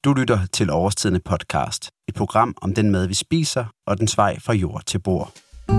Du lytter til Årstiderne podcast, et program om den mad, vi spiser, og dens vej fra jord til bord.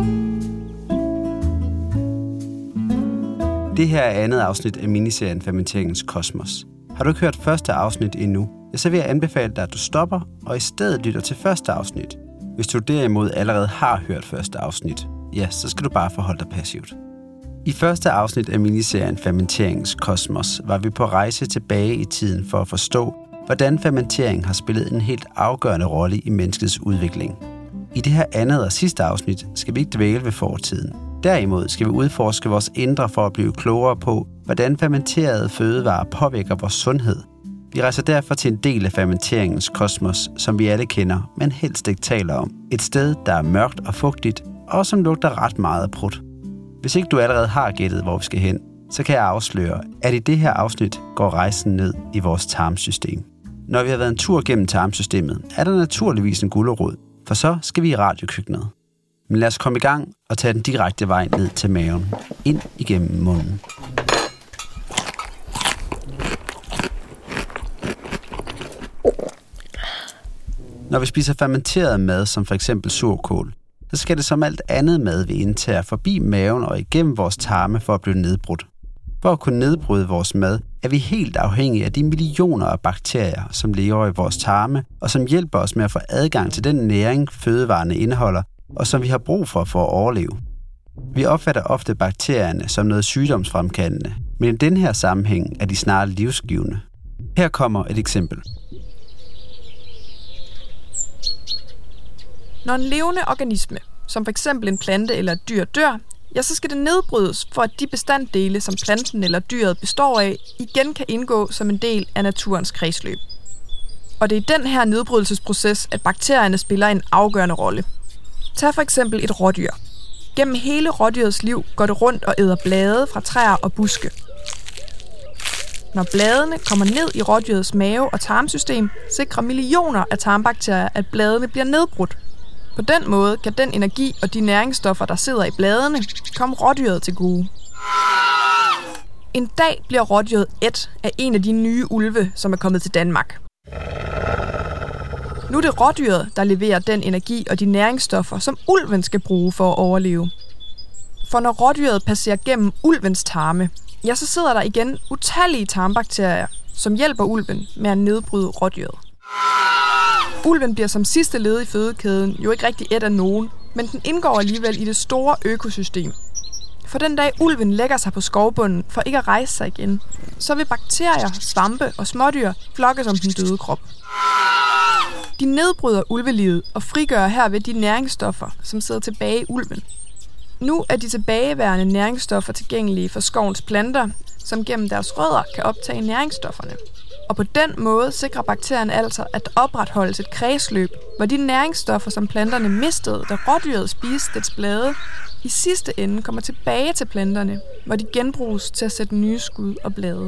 Det her er andet afsnit af miniserien Fermenteringens Kosmos. Har du ikke hørt første afsnit endnu, så vil jeg anbefale dig, at du stopper og i stedet lytter til første afsnit. Hvis du derimod allerede har hørt første afsnit, ja, så skal du bare forholde dig passivt. I første afsnit af miniserien Fermenteringens Kosmos var vi på rejse tilbage i tiden for at forstå, hvordan fermentering har spillet en helt afgørende rolle i menneskets udvikling. I det her andet og sidste afsnit skal vi ikke dvæle ved fortiden. Derimod skal vi udforske vores indre for at blive klogere på, hvordan fermenterede fødevarer påvirker vores sundhed. Vi rejser derfor til en del af fermenteringens kosmos, som vi alle kender, men helst ikke taler om. Et sted, der er mørkt og fugtigt, og som lugter ret meget af prut. Hvis ikke du allerede har gættet, hvor vi skal hen, så kan jeg afsløre, at i det her afsnit går rejsen ned i vores tarmsystem. Når vi har været en tur gennem tarmsystemet, er der naturligvis en gulerod, for så skal vi i radiokøkkenet. Men lad os komme i gang og tage den direkte vej ned til maven, ind igennem munden. Når vi spiser fermenteret mad, som f.eks. surkål, så skal det som alt andet mad, vi indtager, forbi maven og igennem vores tarme for at blive nedbrudt. For at kunne nedbryde vores mad, er vi helt afhængige af de millioner af bakterier, som lever i vores tarme, og som hjælper os med at få adgang til den næring, fødevarene indeholder, og som vi har brug for at overleve. Vi opfatter ofte bakterierne som noget sygdomsfremkaldende, men i den her sammenhæng er de snarere livsgivende. Her kommer et eksempel. Når en levende organisme, som f.eks. en plante eller et dyr, dør, ja, så skal det nedbrydes, for at de bestanddele, som planten eller dyret består af, igen kan indgå som en del af naturens kredsløb. Og det er i den her nedbrydelsesproces, at bakterierne spiller en afgørende rolle. Tag for eksempel et rådyr. Gennem hele rådyrets liv går det rundt og æder blade fra træer og buske. Når bladene kommer ned i rådyrets mave og tarmsystem, sikrer millioner af tarmbakterier, at bladene bliver nedbrudt. På den måde kan den energi og de næringsstoffer, der sidder i bladene, komme rådyret til gode. En dag bliver rådyret ædt af en af de nye ulve, som er kommet til Danmark. Nu er det rådyret, der leverer den energi og de næringsstoffer, som ulven skal bruge for at overleve. For når rådyret passerer gennem ulvens tarme, ja, så sidder der igen utallige tarmbakterier, som hjælper ulven med at nedbryde rådyret. Ulven bliver som sidste led i fødekæden jo ikke rigtig ædt af nogen, men den indgår alligevel i det store økosystem. For den dag ulven lægger sig på skovbunden for ikke at rejse sig igen, så vil bakterier, svampe og smådyr flokkes om den døde krop. De nedbryder ulvelivet og frigør herved de næringsstoffer, som sidder tilbage i ulven. Nu er de tilbageværende næringsstoffer tilgængelige for skovens planter, som gennem deres rødder kan optage næringsstofferne. Og på den måde sikrer bakterierne altså, at der opretholdes et kredsløb, hvor de næringsstoffer, som planterne mistede, da rådyret spiste dets blade, i sidste ende kommer tilbage til planterne, hvor de genbruges til at sætte nye skud og blade.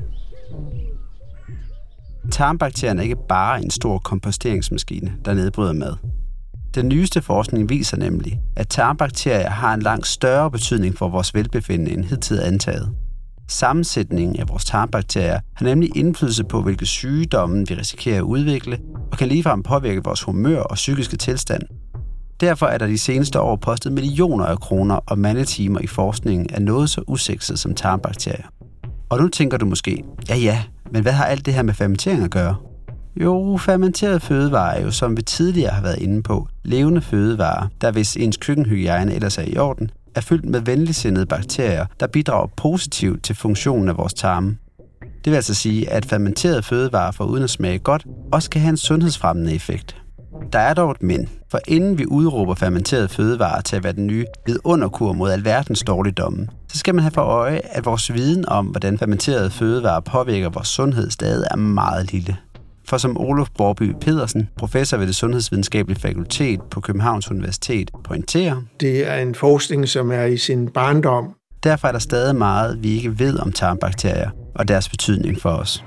Tarmbakterierne er ikke bare en stor komposteringsmaskine, der nedbryder mad. Den nyeste forskning viser nemlig, at tarmbakterier har en langt større betydning for vores velbefindende end hidtil antaget. Sammensætningen af vores tarmbakterier har nemlig indflydelse på, hvilke sygdomme vi risikerer at udvikle, og kan ligefrem påvirke vores humør og psykiske tilstand. Derfor er der de seneste år postet millioner af kroner og mandetimer i forskningen af noget så usekset som tarmbakterier. Og nu tænker du måske, ja, men hvad har alt det her med fermentering at gøre? Jo, fermenterede fødevarer er jo, som vi tidligere har været inde på, levende fødevarer, der hvis ens køkkenhygiejne ellers er i orden, er fyldt med venligsindede bakterier, der bidrager positivt til funktionen af vores tarme. Det vil altså sige, at fermenterede fødevarer, foruden at smage godt, også kan have en sundhedsfremmende effekt. Der er dog et men, for inden vi udråber fermenterede fødevarer til at være den nye vidunderkur mod alverdens dårligdomme, så skal man have for øje, at vores viden om, hvordan fermenterede fødevarer påvirker vores sundhed, stadig er meget lille. For som Olof Borby Pedersen, professor ved det Sundhedsvidenskabelige Fakultet på Københavns Universitet, pointerer: Det er en forskning, som er i sin barndom. Derfor er der stadig meget, vi ikke ved om tarmbakterier og deres betydning for os.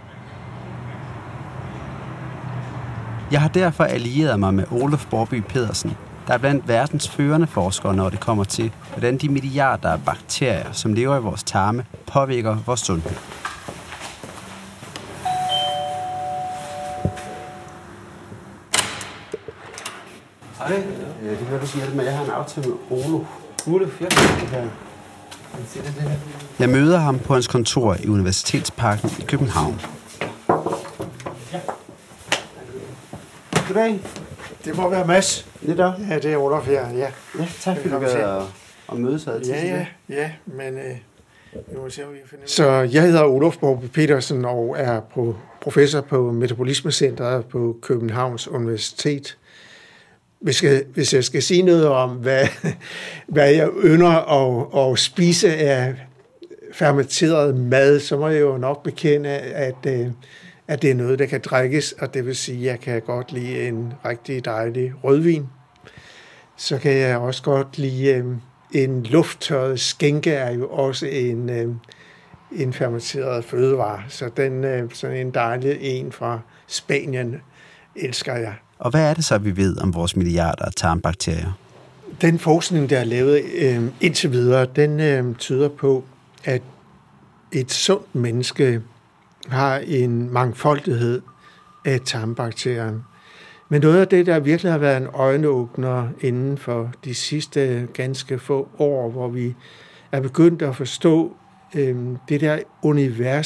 Jeg har derfor allieret mig med Olof Borby Pedersen, der er blandt verdens førende forskere, når det kommer til, hvordan de milliarder af bakterier, som lever i vores tarme, påvirker vores sundhed. Hej, det kan du sige, at jeg har en aftale med Olof, ja. Jeg møder ham på hans kontor i Universitetsparken i København. Goddag. Det må være Mads. Lidt op. Ja, det er Olof her, ja. Ja, tak fordi du gad at mødes altid. Ja, men vi må se, om vi kan finde. Så jeg hedder Olof Borby Petersen og er professor på Metabolismecentret på Københavns Universitet. Hvis jeg skal sige noget om, hvad jeg ynder at spise af fermenteret mad, så må jeg jo nok bekende, at det er noget, der kan drikkes, og det vil sige, at jeg kan godt lide en rigtig dejlig rødvin. Så kan jeg også godt lide en lufttørret skænke, er jo også en fermenteret fødevare. Så sådan en dejlig en fra Spanien elsker jeg. Og hvad er det så, vi ved om vores milliarder af tarmbakterier? Den forskning, der er lavet indtil videre, den tyder på, at et sundt menneske har en mangfoldighed af tarmbakterier. Men noget af det, der virkelig har været en øjenåbner inden for de sidste ganske få år, hvor vi er begyndt at forstå det der univers,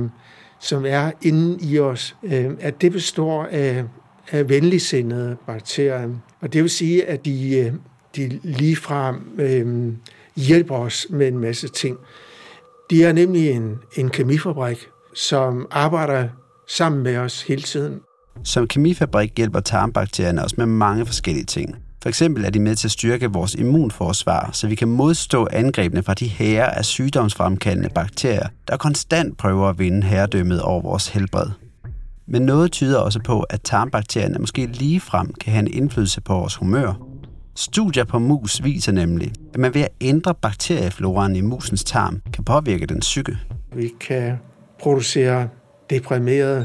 som er inde i os, at det består af venligsindede bakterier. Og det vil sige, at de ligefrem hjælper os med en masse ting. De er nemlig en kemifabrik, som arbejder sammen med os hele tiden. Som kemifabrik hjælper tarmbakterierne også med mange forskellige ting. For eksempel er de med til at styrke vores immunforsvar, så vi kan modstå angrebene fra de hære af sygdomsfremkaldende bakterier, der konstant prøver at vinde herredømmet over vores helbred. Men noget tyder også på, at tarmbakterierne måske ligefrem kan have en indflydelse på vores humør. Studier på mus viser nemlig, at man ved at ændre bakteriefloraen i musens tarm kan påvirke dens psyke. Vi kan producere deprimerede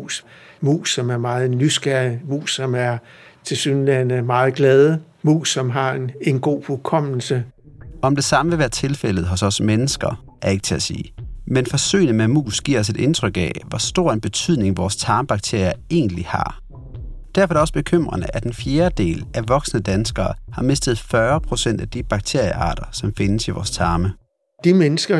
mus, som er meget nysgerrige, mus, som er tilsyneladende meget glade, mus, som har en god hukommelse. Om det samme vil være tilfældet hos os mennesker, er ikke til at sige. Men forsøgene med mus giver os et indtryk af, hvor stor en betydning vores tarmbakterier egentlig har. Derfor er det også bekymrende, at en fjerdedel af voksne danskere har mistet 40% af de bakteriearter, som findes i vores tarme. De mennesker,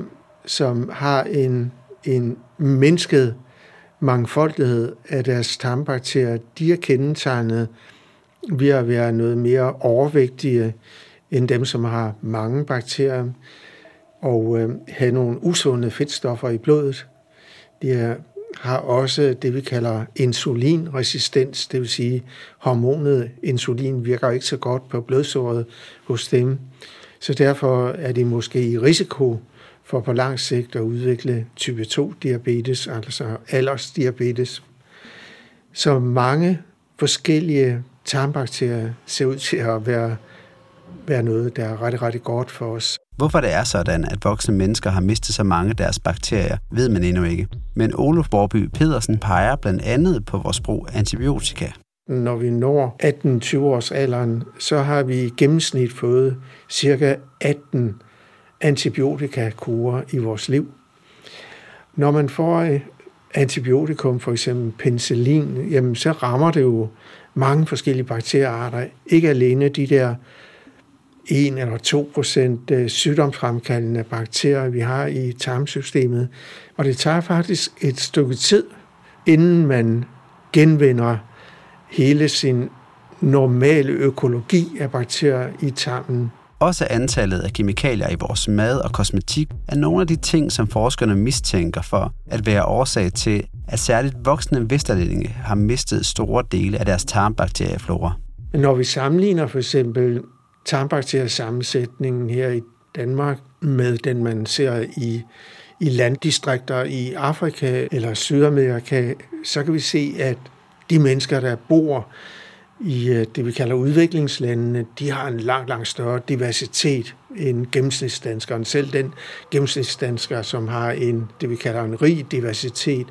som har en mindsket mangfoldighed af deres tarmbakterier, de er kendetegnet ved at være noget mere overvægtige end dem, som har mange bakterier, og have nogle usunde fedtstoffer i blodet. De har også det, vi kalder insulinresistens, det vil sige, hormonet insulin virker ikke så godt på blodsukkeret hos dem. Så derfor er de måske i risiko for på lang sigt at udvikle type 2-diabetes, altså aldersdiabetes. Så mange forskellige tarmbakterier ser ud til at være noget, der er rigtig, rigtig godt for os. Hvorfor det er sådan, at voksne mennesker har mistet så mange af deres bakterier, ved man endnu ikke. Men Olof Borby Petersen peger blandt andet på vores brug af antibiotika. Når vi når 18-20 års alderen, så har vi i gennemsnit fået ca. 18 antibiotikakurer i vores liv. Når man får antibiotikum, for eksempel penicillin, jamen så rammer det jo mange forskellige bakteriearter. Ikke alene de der 1 eller 2% sygdomsfremkaldende bakterier, vi har i tarmsystemet. Og det tager faktisk et stykke tid, inden man genvinder hele sin normale økologi af bakterier i tarmen. Også antallet af kemikalier i vores mad og kosmetik er nogle af de ting, som forskerne mistænker for at være årsag til, at særligt voksne vesterlændinge har mistet store dele af deres tarmbakterieflora. Når vi sammenligner for eksempel tarmbakteriesammensætningen her i Danmark med den, man ser i landdistrikter i Afrika eller Sydamerika, så kan vi se, at de mennesker, der bor i det, vi kalder udviklingslandene, de har en langt større diversitet end gennemsnitsdanskeren. Selv den gennemsnitsdansker, som har det, vi kalder en rig diversitet.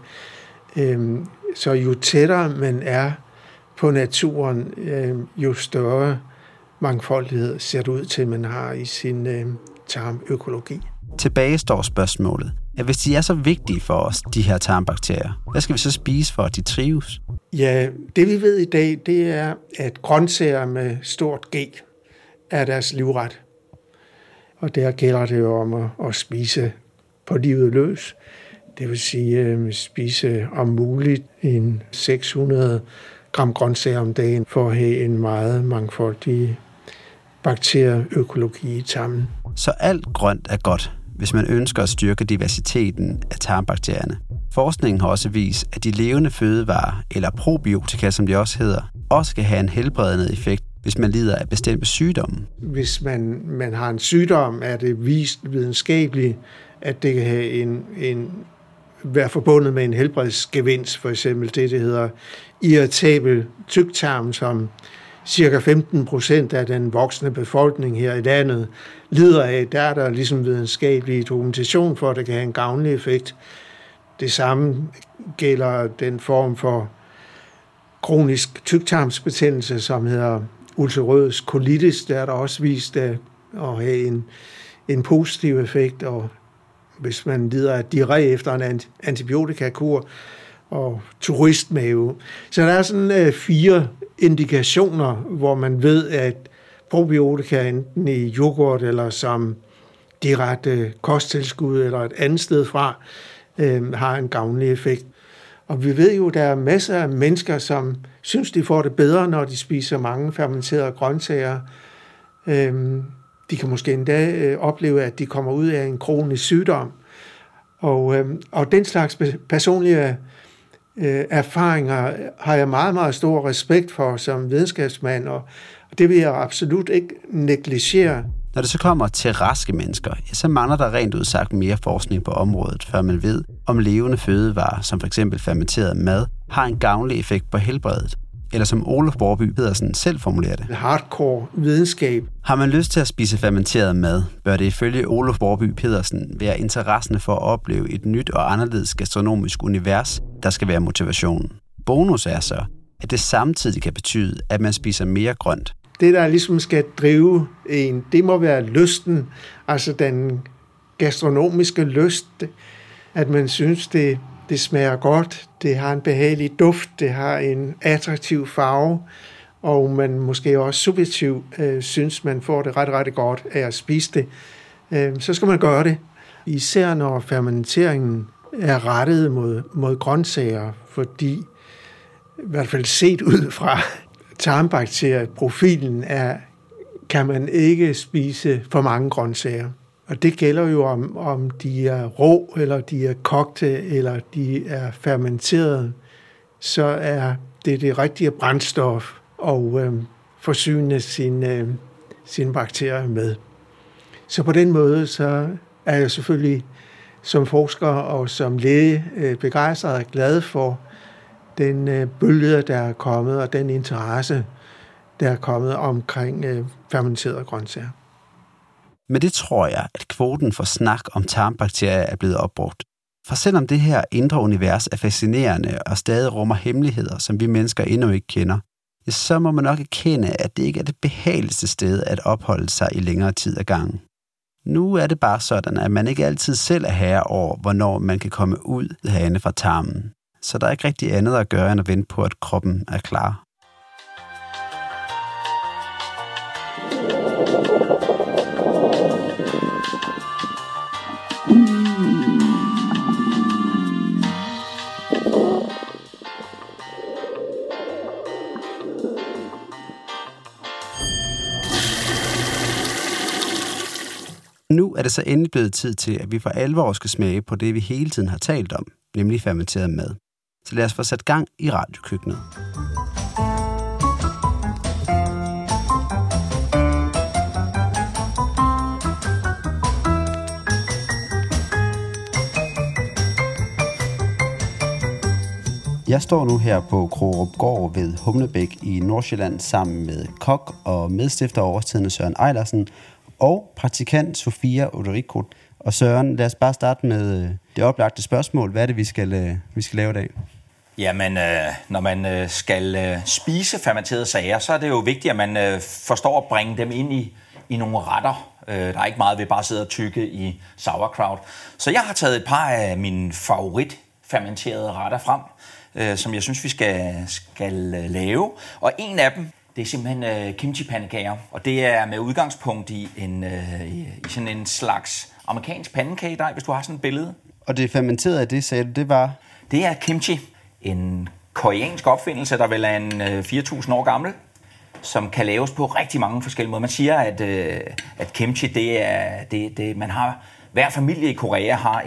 Så jo tættere man er på naturen, jo større mangfoldighed ser det ud til, man har i sin tarmøkologi. Tilbage står spørgsmålet. Ja, hvis de er så vigtige for os, de her tarmbakterier, hvad skal vi så spise for, at de trives? Ja, det vi ved i dag, det er, at grøntsager med stort G er deres livret. Og der gælder det jo om at spise på livet løs. Det vil sige spise om muligt en 600 gram grøntsager om dagen for at have en meget mangfoldig bakterieøkologi i tarmen. Så alt grønt er godt, hvis man ønsker at styrke diversiteten af tarmbakterierne. Forskningen har også vist, at de levende fødevarer, eller probiotika som de også hedder, også kan have en helbredende effekt, hvis man lider af bestemte sygdomme. Hvis man har en sygdom, er det vist videnskabeligt, at det kan have være forbundet med en helbredsgevinst, for eksempel det hedder irritabel tyktarm, som cirka 15% af den voksne befolkning her i landet lider af. Der er der ligesom videnskabelig dokumentation for, at det kan have en gavnlig effekt. Det samme gælder den form for kronisk tyktarmsbetændelse, som hedder ulcerøs colitis. Der er der også vist at have en positiv effekt, og hvis man lider af diarré efter en antibiotikakur og turistmave. Så der er sådan 4 indikationer, hvor man ved, at probiotika enten i yoghurt eller som direkte kosttilskud eller et andet sted fra har en gavnlig effekt. Og vi ved jo, at der er masser af mennesker, som synes, de får det bedre, når de spiser mange fermenterede grøntsager. De kan måske endda opleve, at de kommer ud af en kronisk sygdom. Og den slags personlige erfaringer har jeg meget, meget stor respekt for som videnskabsmand, og det vil jeg absolut ikke negligere. Når det så kommer til raske mennesker, så mangler der rent udsagt mere forskning på området, før man ved, om levende fødevarer, som f.eks. fermenteret mad, har en gavnlig effekt på helbredet. Eller som Olof Borby Pedersen selv formulerer det. Hardcore videnskab. Har man lyst til at spise fermenteret mad, bør det ifølge Olof Borby Pedersen være interessen for at opleve et nyt og anderledes gastronomisk univers, der skal være motivationen. Bonus er så, at det samtidig kan betyde, at man spiser mere grønt. Det, der ligesom skal drive en, det må være lysten, altså den gastronomiske lyst, at man synes, det smager godt, det har en behagelig duft, det har en attraktiv farve, og man måske også subjektivt synes, man får det ret godt af at spise det. Så skal man gøre det, især når fermenteringen er rettet mod grøntsager, fordi i hvert fald set ud fra tarmbakterieprofilen kan man ikke spise for mange grøntsager. Og det gælder jo om de er rå, eller de er kogte, eller de er fermenteret, så er det rigtige brændstof at forsyne sine bakterier med. Så på den måde så er jeg selvfølgelig som forsker og som læge begejstret og glad for den bølge, der er kommet, og den interesse, der er kommet omkring fermenterede grøntsager. Men det tror jeg, at kvoten for snak om tarmbakterier er blevet opbrugt. For selvom det her indre univers er fascinerende og stadig rummer hemmeligheder, som vi mennesker endnu ikke kender, så må man nok erkende, at det ikke er det behageligste sted at opholde sig i længere tid ad gangen. Nu er det bare sådan, at man ikke altid selv er herre over, hvornår man kan komme ud herinde fra tarmen. Så der er ikke rigtig andet at gøre, end at vente på, at kroppen er klar. Nu er det så endelig blevet tid til, at vi for alvor skal smage på det, vi hele tiden har talt om, nemlig fermenteret mad. Så lad os få sat gang i radiokøkkenet. Jeg står nu her på Krogupgård ved Humlebæk i Nordsjælland sammen med kok og medstifter af Årstiderne Søren Eilersen og praktikant Sofia Oderico. Og Søren, lad os bare starte med det oplagte spørgsmål. Hvad er det, vi skal lave i dag? Jamen, når man skal spise fermenterede sager, så er det jo vigtigt, at man forstår at bringe dem ind i nogle retter. Der er ikke meget ved bare at sidde og tygge i sauerkraut. Så jeg har taget et par af mine favoritfermenterede retter frem, som jeg synes, vi skal lave. Og en af dem, det er simpelthen kimchi-pandekager. Og det er med udgangspunkt i sådan en slags amerikansk pandekagedej, hvis du har sådan et billede. Og det fermenterede af det, sagde du, det var? Det er kimchi. En koreansk opfindelse, der vel er en 4.000 år gammel, som kan laves på rigtig mange forskellige måder. Man siger, at kimchi, det man har, hver familie i Korea har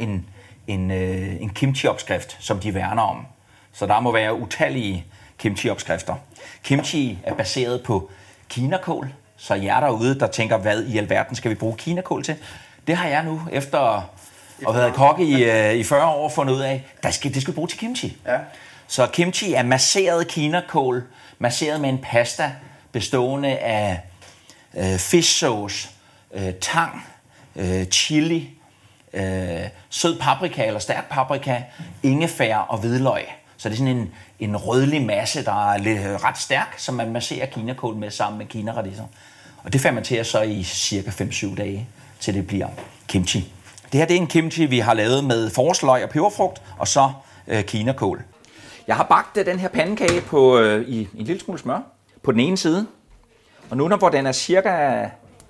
en kimchi-opskrift, som de værner om. Så der må være utallige kimchi-opskrifter. Kimchi er baseret på kinakål, så jer derude, der tænker, hvad i alverden skal vi bruge kinakål til? Det har jeg nu, efter at have været kokke i 40 år, fundet ud af, det skal vi bruge til kimchi. Ja. Så kimchi er masseret kinakål, masseret med en pasta, bestående af fisksauce, tang, chili, sød paprika eller stærk paprika, ingefær og hvidløg. Så det er sådan en rødlig masse, der er lidt ret stærk, som man masserer kinakål med sammen med kinaradisser. Og det fermenterer så i cirka 5-7 dage, til det bliver kimchi. Det her det er en kimchi, vi har lavet med forårsløg og peberfrugt, og så kinakål. Jeg har bagt den her pandekage i en lille smule smør på den ene side. Og nu, hvor den er cirka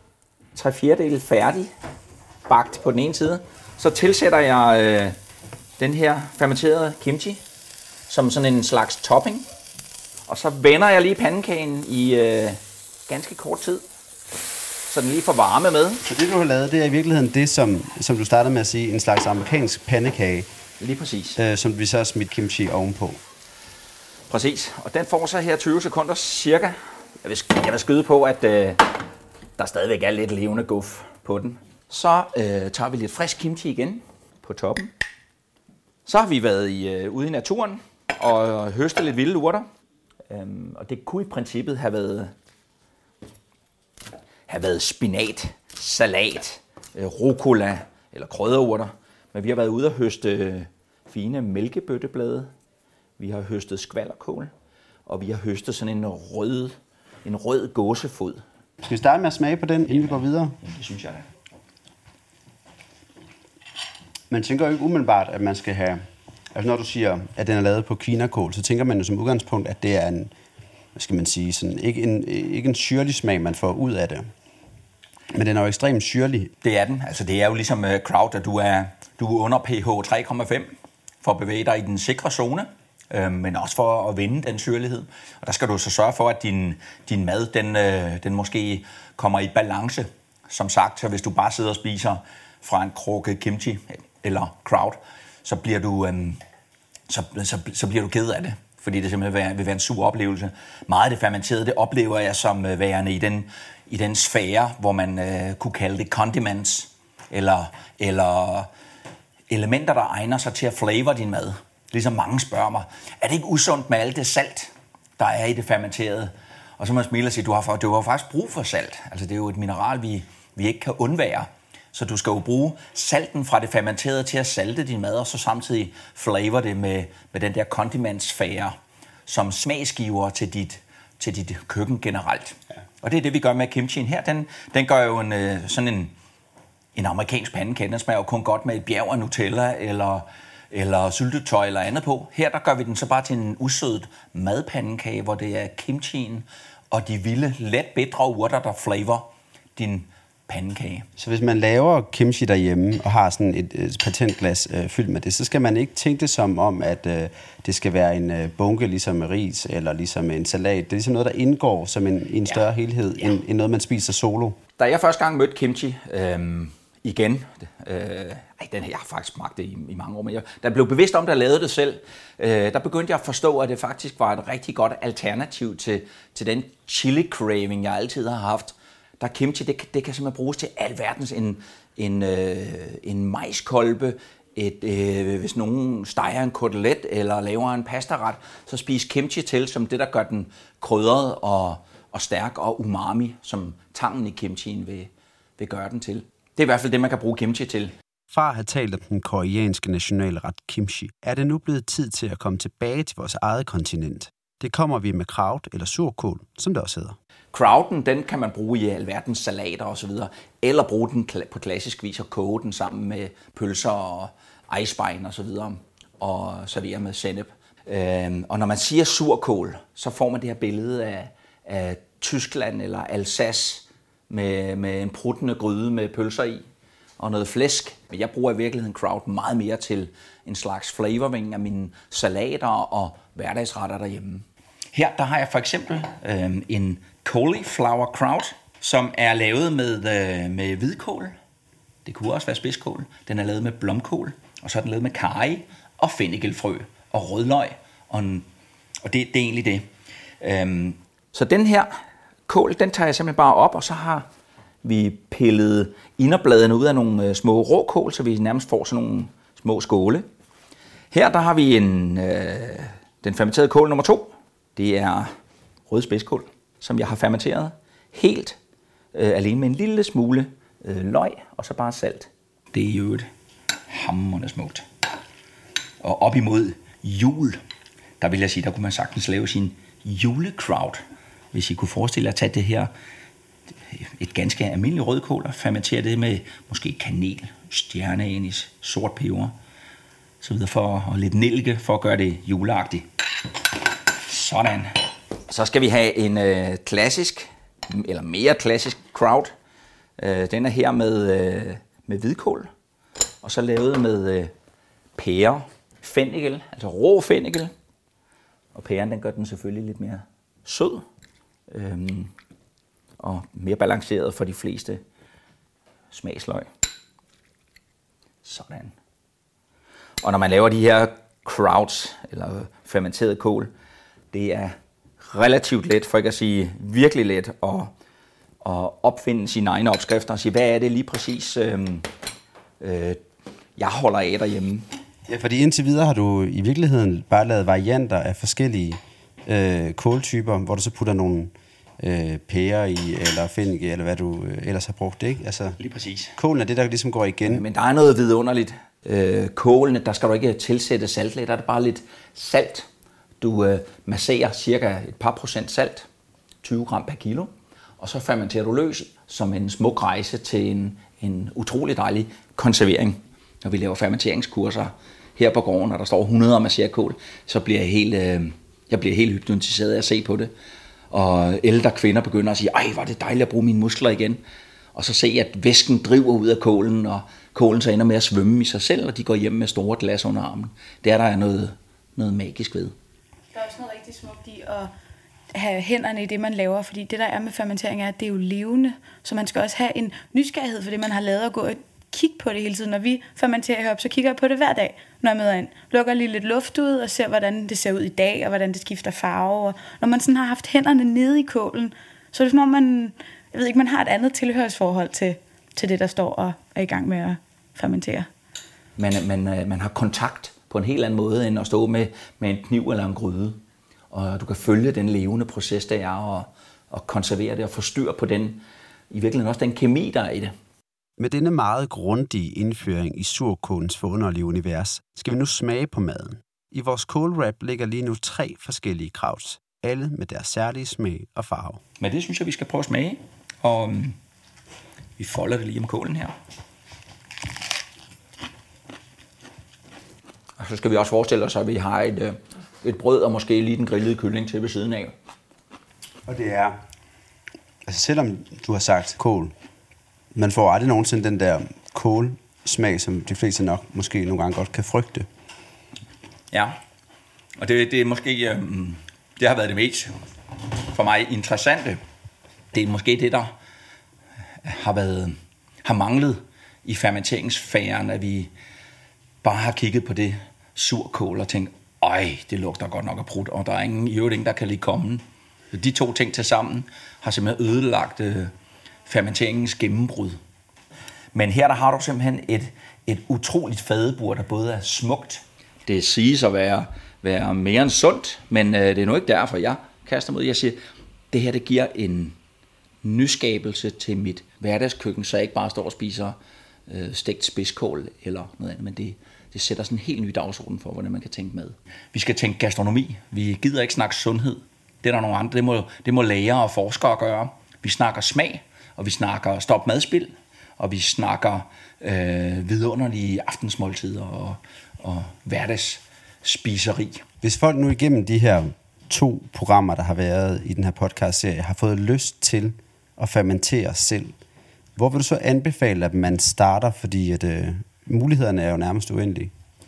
3/4 færdig bagt på den ene side, så tilsætter jeg den her fermenterede kimchi som sådan en slags topping. Og så vender jeg lige pandekagen i ganske kort tid, så den lige får varme med. Så det, du har lavet, det er i virkeligheden det, som du startede med at sige, en slags amerikansk pandekage. Lige præcis. Som vi så har smidt kimchi ovenpå. Præcis. Og den får så her 20 sekunder cirka. Jeg vil skyde på, at der stadigvæk er lidt levende guf på den. Så tager vi lidt frisk kimchi igen på toppen. Så har vi været ude i naturen og høstet lidt vilde urter. Og det kunne i princippet have været spinat, salat, rucola eller krydderurter. Men vi har været ude og høste fine mælkebøtteblade. Vi har høstet skvalderkål. Og vi har høstet sådan en rød gåsefod. Skal vi starte med at smage på den, inden vi går videre? Ja, det synes jeg da. Man tænker jo ikke umiddelbart, at man skal have... Altså når du siger, at den er lavet på kinakål, så tænker man jo som udgangspunkt, at det er en... Hvad skal man sige? Sådan, ikke en syrlig smag, man får ud af det. Men den er jo ekstremt syrlig. Det er den. Altså det er jo ligesom kraut, at du er under pH 3,5 for at bevæge dig i den sikre zone. Men også for at vinde den syrlighed. Og der skal du så sørge for, at din mad, den måske kommer i balance. Som sagt, så hvis du bare sidder og spiser fra en krukke kimchi eller kraut, så bliver du ked af det. Fordi det simpelthen vil være en sur oplevelse. Meget af det fermenterede, det oplever jeg som værende i den sfære, hvor man kunne kalde det condiments, eller elementer, der egner sig til at flavor din mad. Ligesom mange spørger mig, er det ikke usundt med alt det salt, der er i det fermenterede? Og så må jeg smile og sige, du har faktisk brug for salt. Altså det er jo et mineral, vi ikke kan undvære. Så du skal jo bruge salten fra det fermenterede til at salte din mad, og så samtidig flavor det med den der kondimentsfære, som smagsgiver til dit køkken generelt. Ja. Og det er det, vi gør med kimchien her. Den gør jo sådan en amerikansk pandekage. Den smager jo kun godt med et bjerg af Nutella eller syltetøj eller andet på. Her der gør vi den så bare til en usødet madpandekage, hvor det er kimchien og de vilde, let bitre urter, der flavor din pandekage. Så hvis man laver kimchi derhjemme og har sådan et patentglas fyldt med det, så skal man ikke tænke det som om, at det skal være en bunke ligesom med ris eller ligesom en salat. Det er ligesom noget, der indgår som en større helhed, end noget, man spiser solo. Da jeg første gang mødte kimchi igen, jeg har faktisk smagt det i mange år, men da jeg blev bevidst om, at jeg lavede det selv, der begyndte jeg at forstå, at det faktisk var et rigtig godt alternativ til den chili craving, jeg altid har haft. Der kimchi, det kan simpelthen bruges til alverdens en majskolbe, hvis nogen steger en kotelet eller laver en pastaret, så spis kimchi til, som det, der gør den krydret og stærk og umami, som tangen i kimchien vil gøre den til. Det er i hvert fald det, man kan bruge kimchi til. Fra at have talt om den koreanske nationalret kimchi, er det nu blevet tid til at komme tilbage til vores eget kontinent. Det kommer vi med kraut eller surkål, som det også hedder. Krauten, den kan man bruge i alverdens salater og så videre, eller bruge den på klassisk vis og koge den sammen med pølser og ejesbein og så videre, og servere med sennep. Og når man siger surkål, så får man det her billede af Tyskland eller Alsace med en pruttende gryde med pølser i og noget flæsk. Jeg bruger i virkeligheden kraut meget mere til en slags flavoring af mine salater og hverdagsretter derhjemme. Her der har jeg for eksempel en cauliflower kraut, som er lavet med hvidkål. Det kunne også være spidskål. Den er lavet med blomkål, og så er den lavet med karry og fennikelfrø og rødløg. Og det er egentlig det. Så den her kål, den tager jeg simpelthen bare op, og så har vi pillet inderbladene ud af nogle små råkål, så vi nærmest får sådan nogle små skåle. Her der har vi den fermenterede kål nummer 2. Det er rød spidskål, som jeg har fermenteret helt alene med en lille smule løg og så bare salt. Det er jo et hamrende smukt. Og op imod jul, der vil jeg sige, der kunne man sagtens lave sin julekraut. Hvis I kunne forestille jer at tage det her, et ganske almindeligt rødkål, og fermentere det med måske kanel, stjerneanis, sort peber, så videre og lidt nellike for at gøre det juleagtigt. Sådan. Så skal vi have en klassisk, eller mere klassisk kraut. Den er her med hvidkål, og så lavet med pære, fennikel, altså rå fennikel. Og pæren, den gør den selvfølgelig lidt mere sød, og mere balanceret for de fleste smagsløg. Sådan. Og når man laver de her krauts, eller fermenteret kål, det er relativt let, for ikke at sige virkelig let, at opfinde sine egne opskrifter og sige, hvad er det lige præcis, jeg holder af derhjemme. Ja, fordi indtil videre har du i virkeligheden bare lavet varianter af forskellige kåltyper, hvor du så putter nogle pærer i, eller fennikel, eller hvad du ellers har brugt, ikke? Altså, lige præcis. Kålen er det, der ligesom går igen. Men der er noget vidunderligt. Kålene, der skal du ikke tilsætte salt, der er det bare lidt salt. Du masserer cirka et par procent salt, 20 gram per kilo, og så fermenterer du løs som en smuk rejse til en utrolig dejlig konservering. Når vi laver fermenteringskurser her på gården, og der står 100 masserede kål, så bliver jeg helt hypnotiseret af at se på det. Og ældre kvinder begynder at sige, ej, hvor er det dejligt at bruge mine muskler igen. Og så se, at væsken driver ud af kålen, og kålen så ender med at svømme i sig selv, og de går hjem med store glas under armen. Der er noget magisk ved. Der er også noget rigtig smukt i at have hænderne i det, man laver, fordi det, der er med fermentering, er, at det er jo levende, så man skal også have en nysgerrighed for det, man har lavet, og gå og kigge på det hele tiden. Når vi fermenterer heroppe, så kigger jeg på det hver dag, når jeg møder ind. Lukker lige lidt luft ud og ser, hvordan det ser ud i dag, og hvordan det skifter farve. Og når man sådan har haft hænderne nede i kålen, så er det som om man har et andet tilhørsforhold til det, der står og er i gang med at fermentere. Man har kontakt på en helt anden måde, end at stå med en kniv eller en gryde. Og du kan følge den levende proces, der er, og konservere det og få styr på den, i virkeligheden også den kemi, der er i det. Med denne meget grundige indføring i surkålens forunderlige univers, skal vi nu smage på maden. I vores kålwrap ligger lige nu 3 forskellige krauts, alle med deres særlige smag og farve. Men det synes jeg, vi skal prøve at smage, og vi folder det lige om kålen her. Og så skal vi også forestille os, at vi har et brød og måske lige den grillede kylling til ved siden af. Og det er, altså selvom du har sagt kål, man får aldrig nogensinde den der kålsmag, som de fleste nok måske nogle gange godt kan frygte. Ja, og det er måske, det har været det mest for mig interessante. Det er måske det, der har manglet i fermenteringsfæren, at vi bare har kigget på det surkål og tænkt, øj, det lugter godt nok af prut, og der er ingen, der kan lige komme. De 2 ting til sammen har simpelthen ødelagt fermenteringens gennembrud. Men her der har du simpelthen et utroligt fadebord, der både er smukt. Det siges at være mere end sundt, men det er nu ikke derfor, jeg kaster mod. Jeg siger, det her det giver en nyskabelse til mit hverdagskøkken, så jeg ikke bare står og spiser stegt spidskål eller noget andet, men det Det sætter sådan en helt ny dagsorden for, hvordan man kan tænke mad. Vi skal tænke gastronomi. Vi gider ikke snakke sundhed. Det er der nogle andre. Det må læger og forskere gøre. Vi snakker smag, og vi snakker stop madspild, og vi snakker vidunderlige aftensmåltider og hverdagsspiseri. Hvis folk nu igennem de her 2 programmer, der har været i den her podcast-serie, har fået lyst til at fermentere selv, hvor vil du så anbefale, at man starter, fordi at mulighederne er jo nærmest uendelige?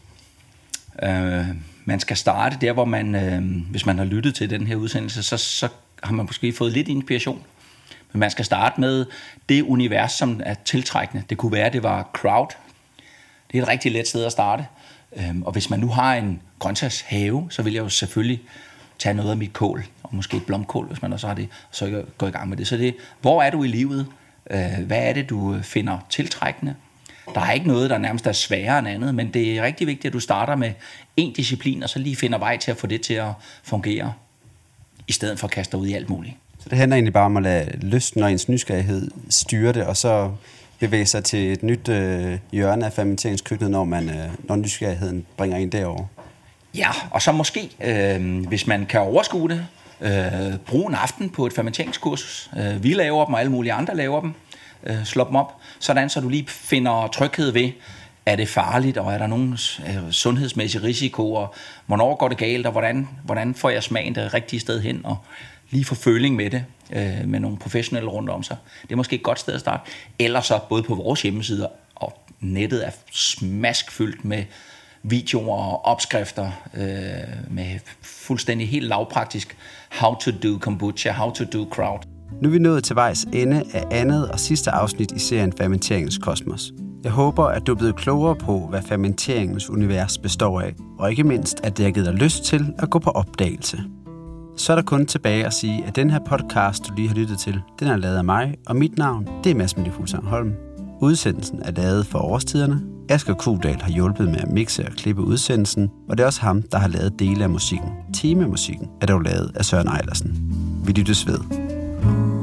Man skal starte der, hvor man, hvis man har lyttet til den her udsendelse, så har man måske fået lidt inspiration. Men man skal starte med det univers, som er tiltrækkende. Det kunne være, at det var crowd. Det er et rigtig let sted at starte. Og hvis man nu har en grøntsagshave, så vil jeg jo selvfølgelig tage noget af mit kål, og måske et blomkål, hvis man også har det, så gå i gang med det. Så det, hvor er du i livet? Hvad er det, du finder tiltrækkende? Der er ikke noget, der nærmest er sværere end andet, men det er rigtig vigtigt, at du starter med en disciplin, og så lige finder vej til at få det til at fungere, i stedet for at kaste dig ud i alt muligt. Så det handler egentlig bare om at lade lysten og ens nysgerrighed styre det, og så bevæge sig til et nyt hjørne af fermenteringskøkkenet, når nysgerrigheden bringer en derover. Ja, og så måske, hvis man kan overskue det, bruge en aften på et fermenteringskursus. Vi laver dem, og alle mulige andre laver dem. Slå dem op, sådan så du lige finder tryghed ved, er det farligt, og er der nogen sundhedsmæssige risiko, og hvornår går det galt, og hvordan får jeg smagen det rigtige sted hen, og lige få føling med det, med nogle professionelle rundt om sig. Det er måske et godt sted at starte. Ellers så både på vores hjemmesider, og nettet er smaskfyldt med videoer og opskrifter, med fuldstændig helt lavpraktisk how to do kombucha, how to do crowd. Nu er vi nået til vejs ende af andet og sidste afsnit i serien Fermenteringens Kosmos. Jeg håber, at du er blevet klogere på, hvad fermenteringens univers består af, og ikke mindst, at det har givet dig lyst til at gå på opdagelse. Så er der kun tilbage at sige, at den her podcast, du lige har lyttet til, den er lavet af mig, og mit navn, det er Mads Mille Fuglsang Holm. Udsendelsen er lavet for Årstiderne. Asger Kudal har hjulpet med at mixe og klippe udsendelsen, og det er også ham, der har lavet dele af musikken. Temamusikken er dog lavet af Søren Eilersen. Vi lyttes ved.